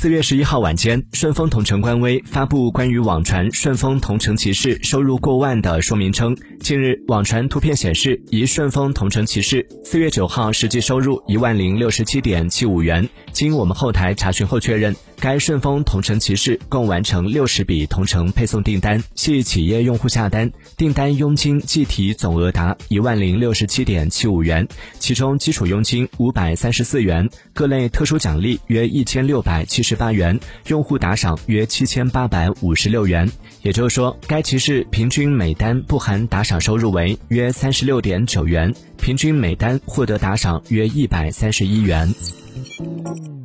4月11号晚间，顺丰同城官微发布关于网传顺丰同城骑士收入过万的说明称，近日网传图片显示，一顺丰同城骑士4月9号实际收入10067.75元。经我们后台查询后确认，该顺丰同城骑士共完成60笔同城配送订单，系企业用户下单，订单佣金计提总额达10067.75元，其中基础佣金534元，各类特殊奖励约1678元，用户打赏约7856元。也就是说，该骑士平均每单不含打赏收入为约36.9元，平均每单获得打赏约131元。